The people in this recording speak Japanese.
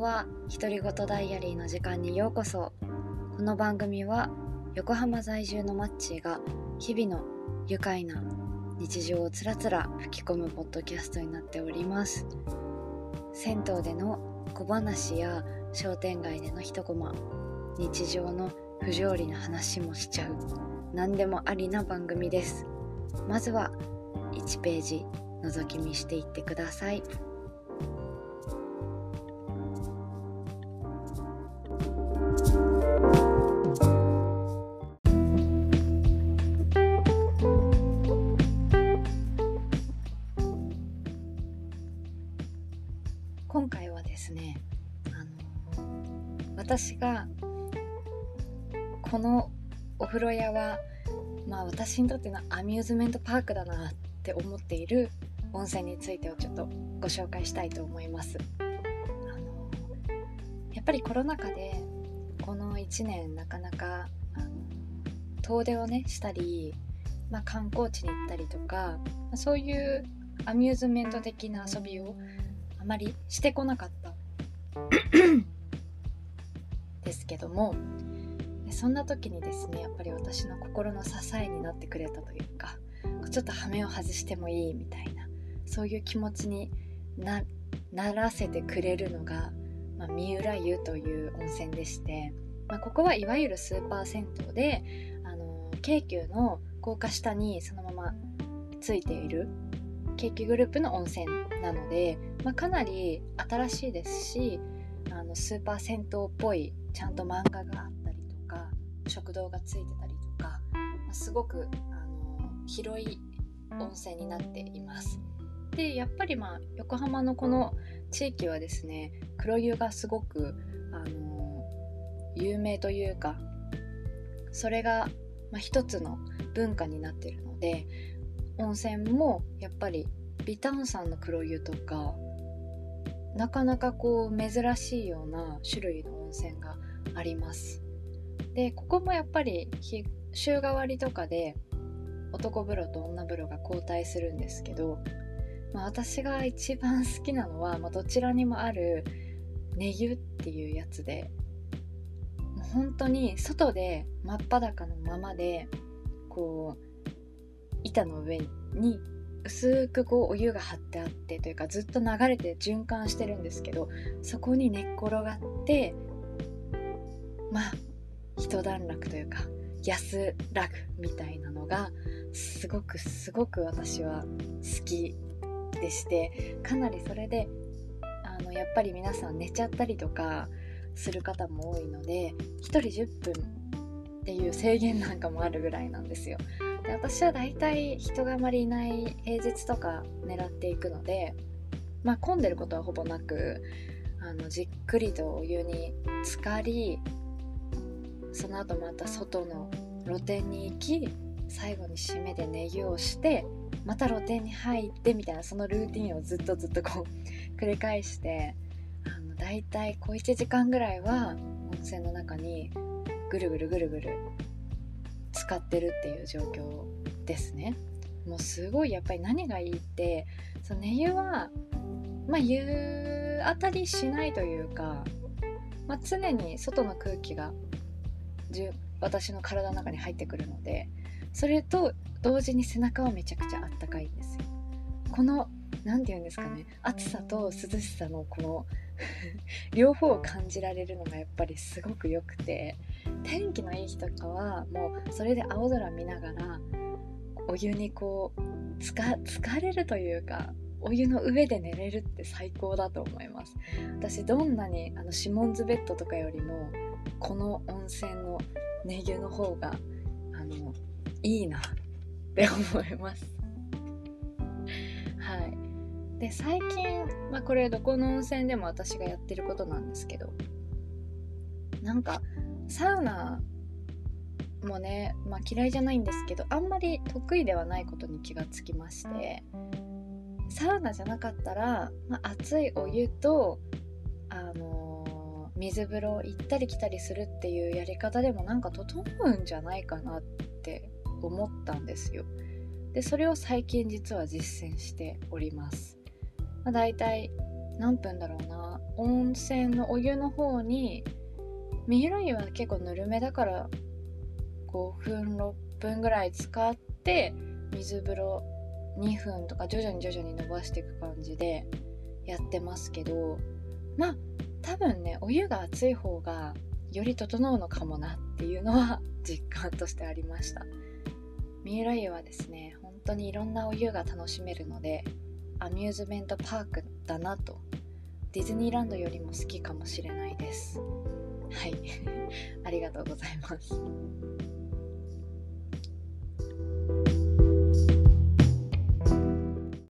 は独り言ダイアリーの時間にようこそ。この番組は横浜在住のマッチーが日々の愉快な日常をつらつら吹き込むポッドキャストになっております。銭湯での小話や商店街での一コマ、日常の不条理な話もしちゃう何でもありな番組です。まずは1ページ覗き見していってください。今回はですね、私がこのお風呂屋は私にとってのアミューズメントパークだなって思っている温泉についてをちょっとご紹介したいと思います。やっぱりコロナ禍でこの1年なかなか遠出をねしたり、観光地に行ったりとか、そういうアミューズメント的な遊びをあまりしてこなかったですけども、そんな時にですね、やっぱり私の心の支えになってくれたというか、ちょっと羽目を外してもいいみたいな、そういう気持ちに ならせてくれるのが、三浦湯という温泉でして、ここはいわゆるスーパー銭湯で、京急の高架下にそのままついている京急グループの温泉なので、かなり新しいですし、スーパー銭湯っぽいちゃんと漫画があったりとか、食堂がついてたりとか、すごく広い温泉になっています。で、やっぱり横浜のこの地域はですね、黒湯がすごく有名というか、それが一つの文化になっているので、温泉もやっぱり微炭酸の黒湯とか、なかなか珍しいような種類の温泉があります。で、ここもやっぱり週替わりとかで男風呂と女風呂が交代するんですけど、私が一番好きなのは、どちらにもある寝湯っていうやつで、もう本当に外で真っ裸のままで板の上に薄くお湯が張ってあってというか、ずっと流れて循環してるんですけど、そこに寝っ転がって一段落というか安らぐみたいなのがすごく私は好きでして、かなりそれでやっぱり皆さん寝ちゃったりとかする方も多いので、1人10分っていう制限なんかもあるぐらいなんですよ。で、私はだいたい人があまりいない平日とか狙っていくので、混んでることはほぼなく、じっくりとお湯に浸かり、その後また外の露天に行き、最後に締めで寝湯をして、また露天に入ってみたいな、そのルーティンをずっと繰り返して、だいたい1時間ぐらいは温泉の中にぐるぐる使ってるっていう状況ですね。もうすごいやっぱり何がいいって、その寝湯は湯当たりしないというか、常に外の空気が私の体の中に入ってくるので、それと同時に背中はめちゃくちゃあったかいんですよ。このなんていうんですかね、暑さと涼しさのこの両方を感じられるのがやっぱりすごく良くて、天気のいい日とかはもうそれで青空見ながらお湯に疲れるというか、お湯の上で寝れるって最高だと思います。私どんなにシモンズベッドとかよりもこの温泉の寝湯の方がいいなって思います。はい。で、最近、これどこの温泉でも私がやってることなんですけど、なんかサウナもね、嫌いじゃないんですけど、あんまり得意ではないことに気がつきまして、サウナじゃなかったら、熱いお湯と水風呂行ったり来たりするっていうやり方でもなんか整うんじゃないかなって思ったんですよ。で、それを最近実は実践しております。だいたい何分だろうな、温泉のお湯の方に、三浦湯は結構ぬるめだから5分6分ぐらい使って水風呂2分とか徐々に伸ばしていく感じでやってますけど、まあ多分ね、お湯が熱い方がより整うのかもなっていうのは実感としてありました。三浦湯はですね、本当にいろんなお湯が楽しめるので、アミューズメントパークだなと、ディズニーランドよりも好きかもしれないです。はいありがとうございます。